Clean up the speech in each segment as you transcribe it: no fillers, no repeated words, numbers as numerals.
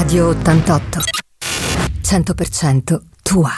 Radio 88 100% tua.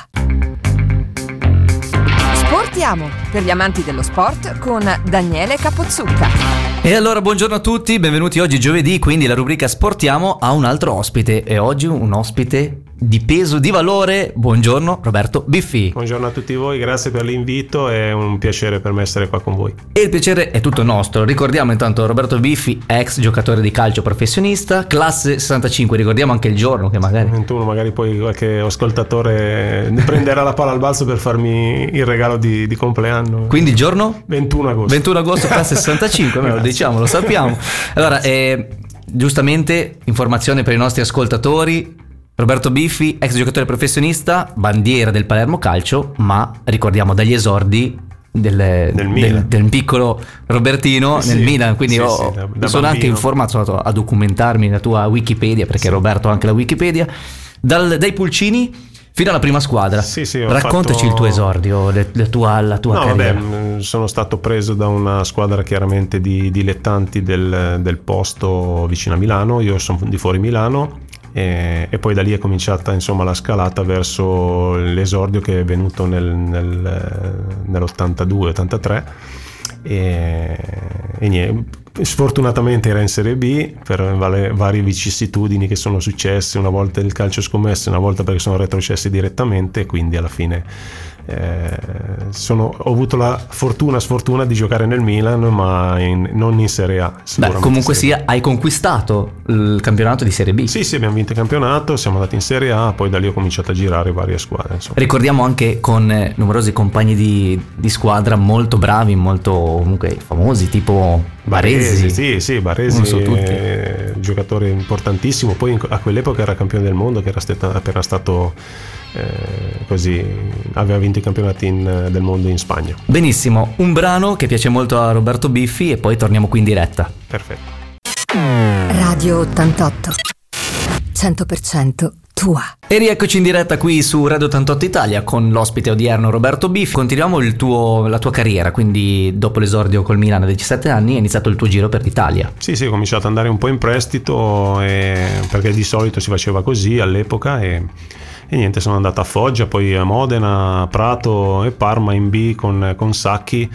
Sportiamo per gli amanti dello sport con Daniele Capozzucca. E allora buongiorno a tutti, benvenuti oggi giovedì, quindi la rubrica Sportiamo ha un altro ospite e oggi un ospite di peso, di valore. Buongiorno Roberto Biffi. Buongiorno a tutti voi, grazie per l'invito, è un piacere per me essere qua con voi. E il piacere è tutto nostro. Ricordiamo intanto Roberto Biffi, ex giocatore di calcio professionista, classe 65, ricordiamo anche il giorno che magari 21, magari poi qualche ascoltatore prenderà la palla al balzo per farmi il regalo di compleanno. Quindi il giorno? 21 agosto. 21 agosto, classe 65, lo diciamo, lo sappiamo. Allora, giustamente, informazione per i nostri ascoltatori. Roberto Biffi, ex giocatore professionista, bandiera del Palermo Calcio, ma ricordiamo dagli esordi del piccolo Robertino nel Milan, quindi da sono bambino. anche informato a documentarmi nella tua Wikipedia, perché Roberto ha anche la Wikipedia, dai pulcini fino alla prima squadra. Raccontaci il tuo esordio, la tua carriera. Vabbè, sono stato preso da una squadra chiaramente di dilettanti del posto vicino a Milano, io sono di fuori Milano. E poi da lì è cominciata insomma la scalata verso l'esordio che è venuto nell'82-83 e niente, sfortunatamente era in Serie B per varie vicissitudini che sono successe, una volta il calcio scommesse, una volta perché sono retrocessi direttamente, quindi alla fine ho avuto la sfortuna di giocare nel Milan, ma non in Serie A. Comunque sia, hai conquistato il campionato di Serie B. Sì, abbiamo vinto il campionato, siamo andati in Serie A, poi da lì ho cominciato a girare varie squadre, insomma. Ricordiamo anche con numerosi compagni di squadra molto bravi, molto comunque famosi, tipo Baresi. Sì, Baresi è un giocatore importantissimo, poi a quell'epoca era campione del mondo, che era appena stato così, aveva vinto i campionati del mondo in Spagna. Benissimo, un brano che piace molto a Roberto Biffi e poi torniamo qui in diretta. Perfetto. Radio 88 100% tua. E rieccoci in diretta qui su Radio 88 Italia con l'ospite odierno Roberto Biffi. Continuiamo la tua carriera, quindi dopo l'esordio col Milan a 17 anni è iniziato il tuo giro per l'Italia. Sì, ho cominciato ad andare un po' in prestito perché di solito si faceva così all'epoca e niente, sono andato a Foggia, poi a Modena, Prato e Parma in B con Sacchi,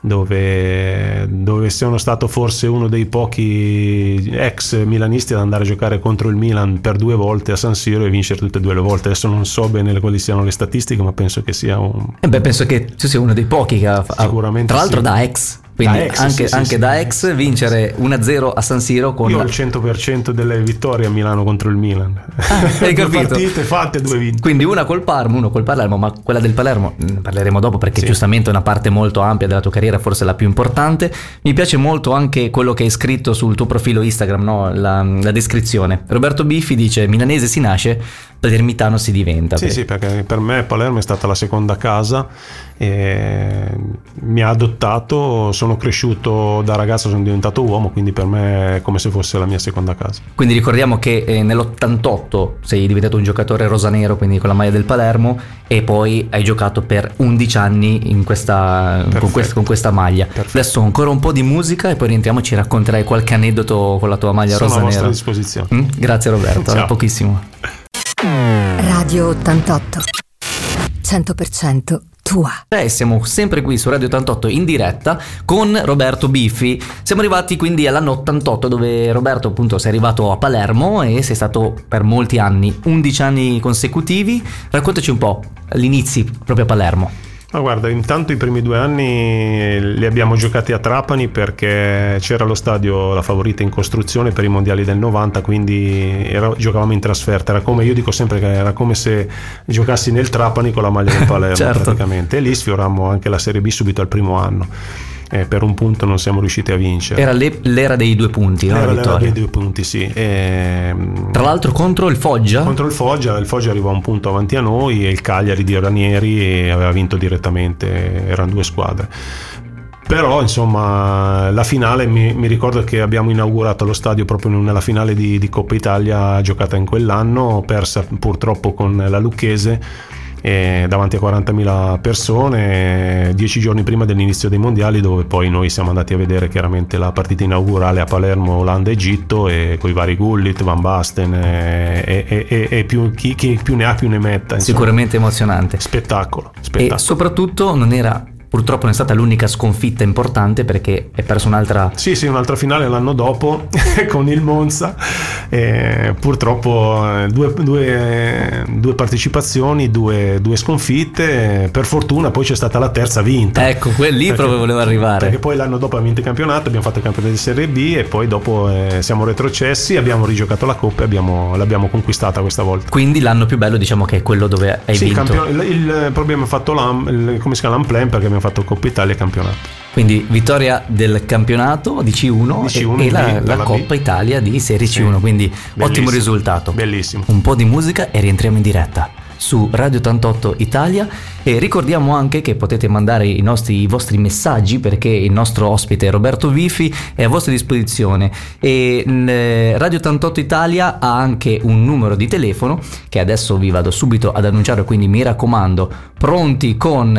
dove sono stato forse uno dei pochi ex milanisti ad andare a giocare contro il Milan per 2 volte a San Siro e vincere tutte e 2 le volte. Adesso non so bene quali siano le statistiche, ma penso che sia penso che tu sia uno dei pochi che sicuramente, tra l'altro da ex. Quindi da ex vincere 1-0 a San Siro con... Io ho il 100% delle vittorie a Milano contro il Milan. Hai capito? 2 partite fatte, 2 vinte. Quindi una col Parma, uno col Palermo, ma quella del Palermo ne parleremo dopo perché giustamente è una parte molto ampia della tua carriera, forse la più importante. Mi piace molto anche quello che hai scritto sul tuo profilo Instagram, no? La descrizione. Roberto Biffi dice: milanese si nasce, palermitano si diventa. Sì, perché per me Palermo è stata la seconda casa, mi ha adottato, sono cresciuto da ragazzo, sono diventato uomo, quindi per me è come se fosse la mia seconda casa. Quindi ricordiamo che nell'88 sei diventato un giocatore rosanero, quindi con la maglia del Palermo, e poi hai giocato per 11 anni con questa maglia. Perfetto. Adesso ancora un po' di musica e poi rientriamo, ci racconterai qualche aneddoto con la tua maglia rosanera. Sono a vostra disposizione. Grazie Roberto, a pochissimo. Radio 88 100% tua. Siamo sempre qui su Radio 88 in diretta con Roberto Biffi. Siamo arrivati quindi all'anno 88, dove Roberto appunto sei arrivato a Palermo e sei stato per molti anni, 11 anni consecutivi. Raccontaci un po' gli inizi proprio a Palermo. Ma guarda, intanto i primi 2 anni li abbiamo giocati a Trapani perché c'era lo stadio La Favorita in costruzione per i mondiali del 90, quindi giocavamo in trasferta. Era come, io dico sempre che era come se giocassi nel Trapani con la maglia del Palermo. Certo. Praticamente, e lì sfiorammo anche la Serie B subito al primo anno. Per un punto non siamo riusciti a vincere. Era l'era dei 2 punti, no? L'era dei 2 punti, sì. Tra l'altro contro il Foggia? Contro il Foggia arrivò un punto avanti a noi e il Cagliari di Ranieri aveva vinto direttamente, erano 2 squadre. Però insomma la finale mi ricordo che abbiamo inaugurato lo stadio proprio nella finale di Coppa Italia giocata in quell'anno, persa purtroppo con la Lucchese. davanti a 40.000 persone 10 giorni prima dell'inizio dei mondiali, dove poi noi siamo andati a vedere chiaramente la partita inaugurale a Palermo, Olanda-Egitto, e con i vari Gullit, Van Basten e chi più ne ha più ne metta, insomma. Sicuramente emozionante. Spettacolo. E soprattutto purtroppo non è stata l'unica sconfitta importante, perché è perso un'altra... Sì, un'altra finale l'anno dopo con il Monza. Purtroppo due partecipazioni, due sconfitte. Per fortuna poi c'è stata la terza vinta. Ecco, lì proprio volevo arrivare. Perché poi l'anno dopo abbiamo vinto il campionato, abbiamo fatto il campionato di Serie B e poi dopo siamo retrocessi, abbiamo rigiocato la Coppa e l'abbiamo conquistata questa volta. Quindi l'anno più bello, diciamo, che è quello dove hai vinto. Poi abbiamo fatto come si chiama, l'Amplen, perché abbiamo fatto Coppa Italia e campionato. Quindi vittoria del campionato di C1 e la Coppa Italia di Serie C1, quindi bellissimo, ottimo risultato. Bellissimo. Un po' di musica e rientriamo in diretta su Radio 88 Italia, e ricordiamo anche che potete mandare i vostri messaggi, perché il nostro ospite Roberto Biffi è a vostra disposizione, e Radio 88 Italia ha anche un numero di telefono che adesso vi vado subito ad annunciare, quindi mi raccomando, pronti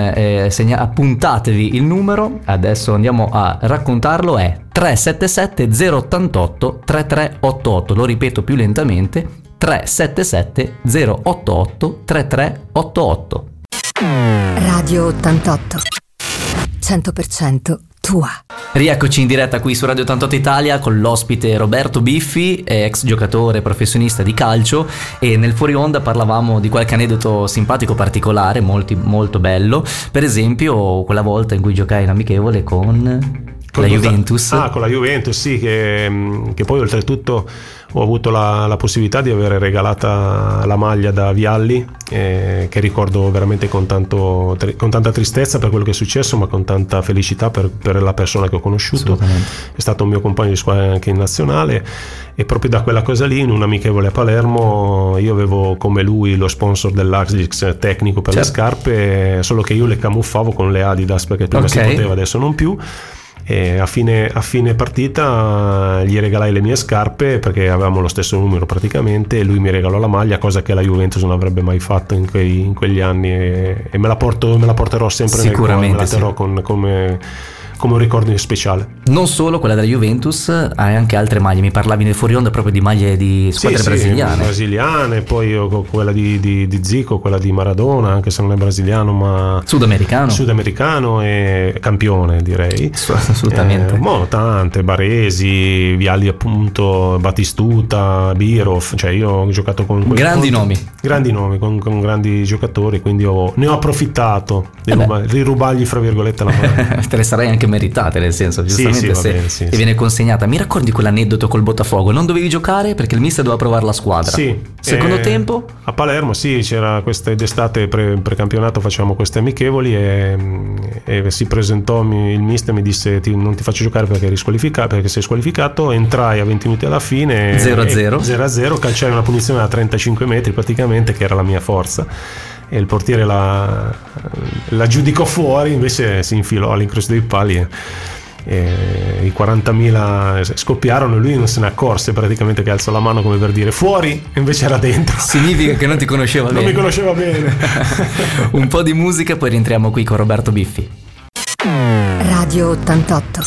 appuntatevi il numero, adesso andiamo a raccontarlo, è 377 088 3388, lo ripeto più lentamente, 377 088 3388. Radio 88 100% tua. Rieccoci in diretta qui su Radio 88 Italia con l'ospite Roberto Biffi, ex giocatore professionista di calcio, e nel fuori onda parlavamo di qualche aneddoto simpatico particolare, molto bello, per esempio quella volta in cui giocai in amichevole con la Juventus. Con la Juventus, sì, che poi oltretutto ho avuto la possibilità di avere regalata la maglia da Vialli, che ricordo veramente con tanta tristezza per quello che è successo, ma con tanta felicità per la persona che ho conosciuto. È stato un mio compagno di squadra anche in nazionale, e proprio da quella cosa lì, in un amichevole a Palermo, io avevo come lui lo sponsor dell'Asics tecnico per le scarpe, solo che io le camuffavo con le Adidas, perché prima si poteva, adesso non più. E a fine partita gli regalai le mie scarpe, perché avevamo lo stesso numero praticamente, e lui mi regalò la maglia, cosa che la Juventus non avrebbe mai fatto in quegli anni, e me la porterò sempre nel cuore, me la terrò come un ricordo speciale. Non solo quella della Juventus, hai anche altre maglie, mi parlavi nel fuori onda proprio di maglie di squadre brasiliane, poi quella di Zico, quella di Maradona, anche se non è brasiliano ma sudamericano e campione, direi. Assolutamente. Tante, Baresi, Vialli appunto, Batistuta, Birov, cioè io ho giocato con grandi nomi con grandi giocatori, quindi ne ho approfittato di rubargli fra virgolette la maglia. Te le sarai anche meritate, nel senso, giustamente, se ti viene consegnata. Mi racconti quell'aneddoto col Botafogo? Non dovevi giocare perché il mister doveva provare la squadra. Secondo tempo? A Palermo c'era quest'estate precampionato, facevamo queste amichevoli, e si presentò il mister, mi disse non ti faccio giocare perché sei squalificato. Entrai a 20 minuti alla fine 0-0, calciai una punizione da 35 metri praticamente, che era la mia forza, e il portiere la giudicò fuori, invece si infilò all'incrocio dei pali e i 40.000 scoppiarono, e lui non se ne accorse praticamente, che alzò la mano come per dire fuori, e invece era dentro. Significa che non ti conosceva bene. Non mi conosceva bene. Un po' di musica, poi rientriamo qui con Roberto Biffi. Radio 88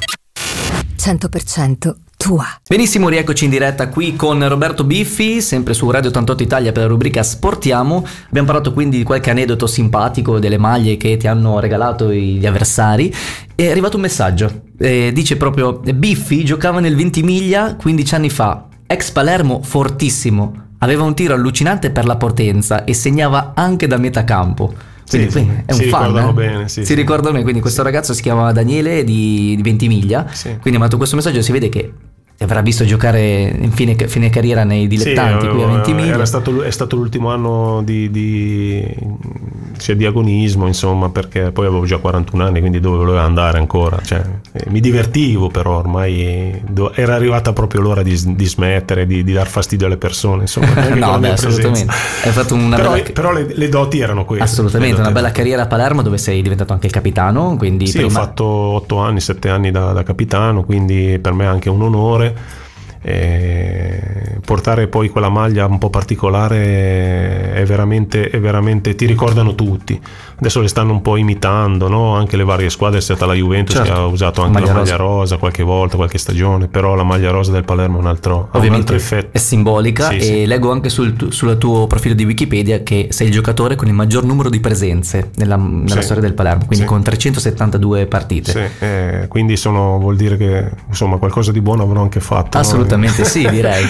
100% tua. Benissimo, rieccoci in diretta qui con Roberto Biffi, sempre su Radio 88 Italia per la rubrica Sportiamo. Abbiamo parlato quindi di qualche aneddoto simpatico, delle maglie che ti hanno regalato gli avversari. È arrivato un messaggio, dice proprio: Biffi giocava nel Ventimiglia 15 anni fa, ex Palermo fortissimo, aveva un tiro allucinante per la potenza e segnava anche da metà campo. Quindi è un fan, bene, si ricordano bene. Quindi questo ragazzo si chiama Daniele di Ventimiglia, quindi ha mandato questo messaggio, si vede che avrà visto giocare in fine carriera nei dilettanti qui a Ventimiglia. È stato l'ultimo anno di agonismo, insomma, perché poi avevo già 41 anni, quindi dove volevo andare ancora? Mi divertivo, però ormai era arrivata proprio l'ora di smettere di dar fastidio alle persone, insomma. No, assolutamente. Hai fatto però le doti erano queste. Assolutamente, una bella carriera a Palermo, dove sei diventato anche il capitano, quindi ho fatto 7 anni da capitano, quindi per me è anche un onore. portare poi quella maglia un po' particolare è veramente ti ricordano tutti. Adesso le stanno un po' imitando, no? Anche le varie squadre, è stata la Juventus che ha usato anche la maglia rosa qualche volta, qualche stagione, però la maglia rosa del Palermo è un altro effetto. È simbolica, e leggo anche sul tuo profilo di Wikipedia che sei il giocatore con il maggior numero di presenze nella storia del Palermo, quindi con 372 partite. Quindi vuol dire che insomma qualcosa di buono avrò anche fatto. Assolutamente sì, direi.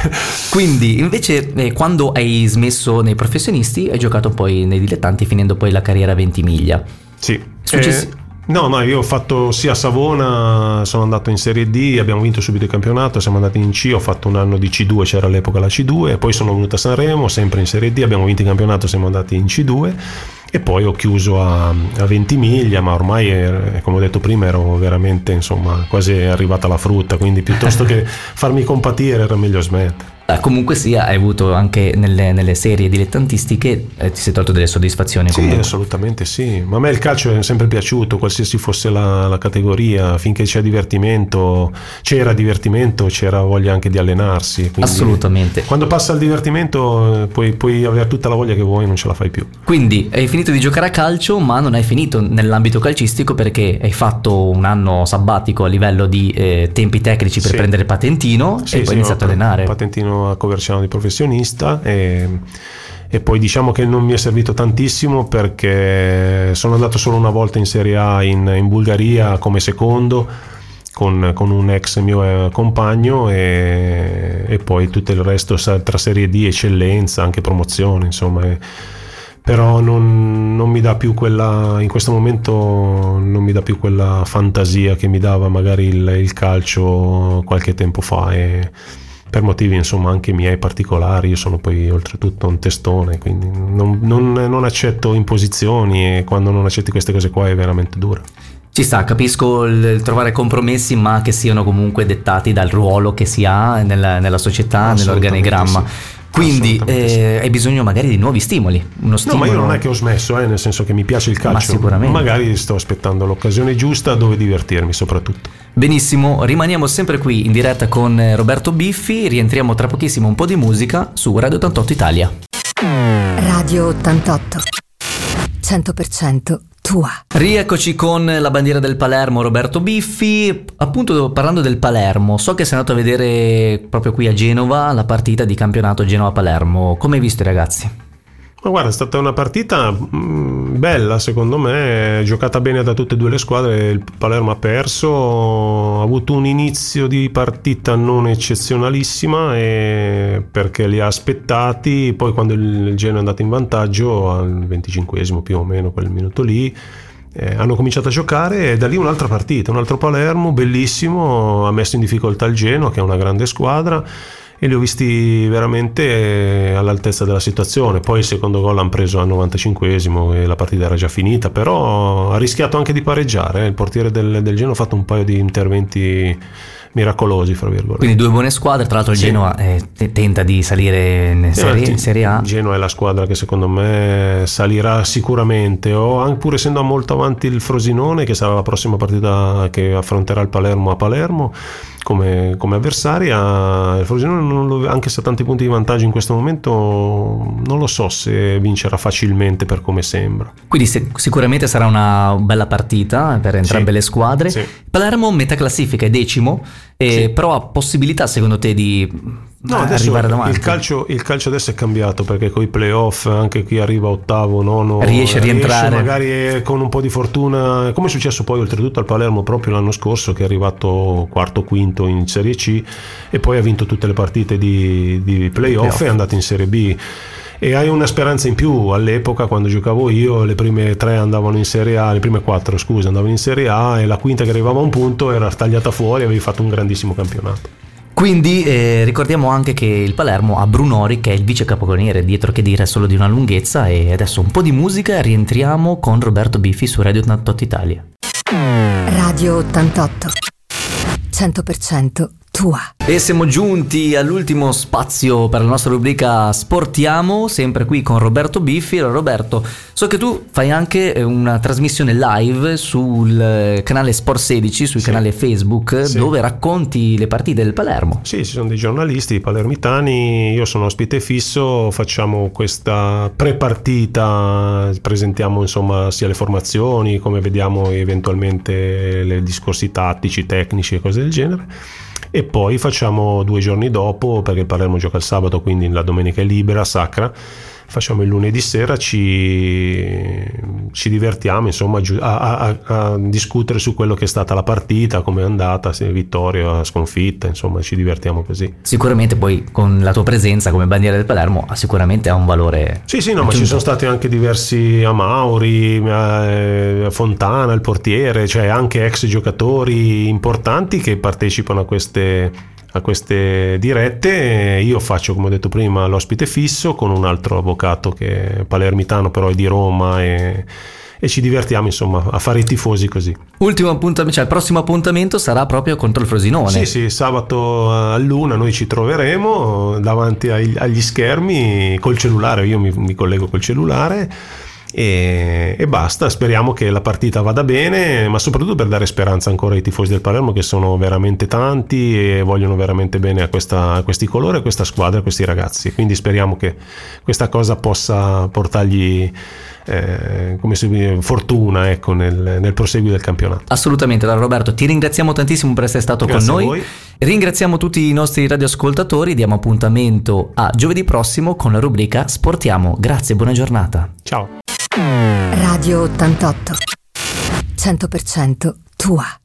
Quindi invece quando hai smesso nei professionisti hai giocato poi nei dilettanti, finendo poi la carriera a Ventimiglia. Sì. No, io ho fatto sia a Savona, sono andato in Serie D, abbiamo vinto subito il campionato, siamo andati in C, ho fatto un anno di C2, c'era all'epoca la C2, e poi sono venuto a Sanremo, sempre in Serie D, abbiamo vinto il campionato, siamo andati in C2, e poi ho chiuso a Ventimiglia, ma ormai, come ho detto prima, ero veramente, insomma, quasi arrivata la frutta, quindi piuttosto che farmi compatire era meglio smettere. Comunque sia, hai avuto anche nelle serie dilettantistiche, ti sei tolto delle soddisfazioni? Sì, comunque. Assolutamente sì, ma a me il calcio è sempre piaciuto, qualsiasi fosse la categoria, finché c'era divertimento, c'era voglia anche di allenarsi. Assolutamente. Quando passa il divertimento puoi avere tutta la voglia che vuoi, non ce la fai più. Quindi hai finito di giocare a calcio, ma non hai finito nell'ambito calcistico, perché hai fatto un anno sabbatico a livello di tempi tecnici per prendere il patentino, e poi hai iniziato a allenare. Patentino a Coverciano di professionista, e poi diciamo che non mi è servito tantissimo, perché sono andato solo una volta in Serie A in Bulgaria come secondo con un ex mio compagno, e poi tutto il resto tra Serie D, eccellenza, anche promozione, insomma. Però non mi dà più in questo momento non mi dà più quella fantasia che mi dava magari il calcio qualche tempo fa, e per motivi insomma anche miei particolari. Io sono poi oltretutto un testone, quindi non accetto imposizioni, e quando non accetti queste cose qua è veramente dura. Ci sta, capisco il trovare compromessi, ma che siano comunque dettati dal ruolo che si ha nella società, nell'organigramma. Sì. Quindi hai bisogno magari di nuovi stimoli, uno stimolo. No, ma io non è che ho smesso, nel senso che mi piace il calcio, ma sicuramente. Magari sto aspettando l'occasione giusta dove divertirmi soprattutto. Benissimo, rimaniamo sempre qui in diretta con Roberto Biffi, rientriamo tra pochissimo un po' di musica su Radio 88 Italia. Radio 88 100% tua. Rieccoci con la bandiera del Palermo, Roberto Biffi. Appunto, parlando del Palermo, so che sei andato a vedere proprio qui a Genova la partita di campionato Genova-Palermo. Come hai visto i ragazzi? Ma guarda, è stata una partita bella, secondo me, giocata bene da tutte e due le squadre. Il Palermo ha perso, ha avuto un inizio di partita non eccezionalissima, perché li ha aspettati. Poi quando il Genoa è andato in vantaggio al 25esimo più o meno, quel minuto lì, hanno cominciato a giocare, e da lì un'altra partita, un altro Palermo bellissimo, ha messo in difficoltà il Genoa, che è una grande squadra, e li ho visti veramente all'altezza della situazione. Poi il secondo gol l'hanno preso al 95esimo e la partita era già finita, però ha rischiato anche di pareggiare. Il portiere del Genoa ha fatto un paio di interventi miracolosi, fra virgolette. Quindi due buone squadre, tra l'altro il Genoa tenta di salire in serie A. Il Genoa è la squadra che secondo me salirà sicuramente, pur essendo molto avanti il Frosinone, che sarà la prossima partita che affronterà il Palermo a Palermo come avversaria. Il Frosinone, anche se ha tanti punti di vantaggio in questo momento, non lo so se vincerà facilmente per come sembra. Quindi sicuramente sarà una bella partita per entrambe le squadre. Sì. Palermo metà classifica è decimo, però ha possibilità secondo te di arrivare davanti? Il calcio adesso è cambiato, perché con i playoff anche chi arriva ottavo, nono riesce a rientrare, magari con un po' di fortuna, come è successo poi oltretutto al Palermo proprio l'anno scorso, che è arrivato quarto, quinto in Serie C, e poi ha vinto tutte le partite di playoff e è andato in Serie B. E hai una speranza in più. All'epoca, quando giocavo io, le prime 3 andavano in Serie A, le prime 4 scusa andavano in Serie A, e la quinta che arrivava a un punto era tagliata fuori, avevi fatto un grandissimo campionato. Quindi ricordiamo anche che il Palermo ha Brunori, che è il vice capocannoniere, dietro che dire solo di una lunghezza. E adesso un po' di musica e rientriamo con Roberto Biffi su Radio 88 Italia. Radio 88 100% tua. E siamo giunti all'ultimo spazio per la nostra rubrica Sportiamo, sempre qui con Roberto Biffi. Allora, Roberto, so che tu fai anche una trasmissione live sul canale Sport 16, sul canale Facebook, dove racconti le partite del Palermo. Sì, ci sono dei giornalisti palermitani, io sono ospite fisso, facciamo questa pre-partita, presentiamo insomma sia le formazioni, come vediamo eventualmente i discorsi tattici, tecnici e cose del genere. E poi facciamo 2 giorni dopo, perché il Palermo gioca il sabato, quindi la domenica è libera, sacra, facciamo il lunedì sera, ci divertiamo insomma a discutere su quello che è stata la partita, come è andata, se vittoria, sconfitta, insomma ci divertiamo così. Sicuramente poi con la tua presenza come bandiera del Palermo sicuramente ha un valore. Sì, no, ma ci sono stati anche diversi Amauri, Fontana, il portiere, cioè anche ex giocatori importanti che partecipano a queste dirette. Io faccio, come ho detto prima, l'ospite fisso con un altro avvocato che è palermitano però è di Roma e ci divertiamo insomma a fare i tifosi così. Ultimo appuntamento, cioè il prossimo appuntamento sarà proprio contro il Frosinone. Sì, sabato all'1 noi ci troveremo davanti agli schermi col cellulare, io mi collego col cellulare e basta. Speriamo che la partita vada bene, ma soprattutto per dare speranza ancora ai tifosi del Palermo, che sono veramente tanti e vogliono veramente bene a questi colori, a questa squadra, a questi ragazzi. Quindi speriamo che questa cosa possa portargli come si dice, fortuna, ecco, nel proseguio del campionato. Assolutamente. Allora, Roberto, ti ringraziamo tantissimo per essere stato Grazie con a noi. voi. Ringraziamo tutti i nostri radioascoltatori, diamo appuntamento a giovedì prossimo con la rubrica Sportiamo. Grazie, buona giornata. Ciao. Radio 88 100% tua.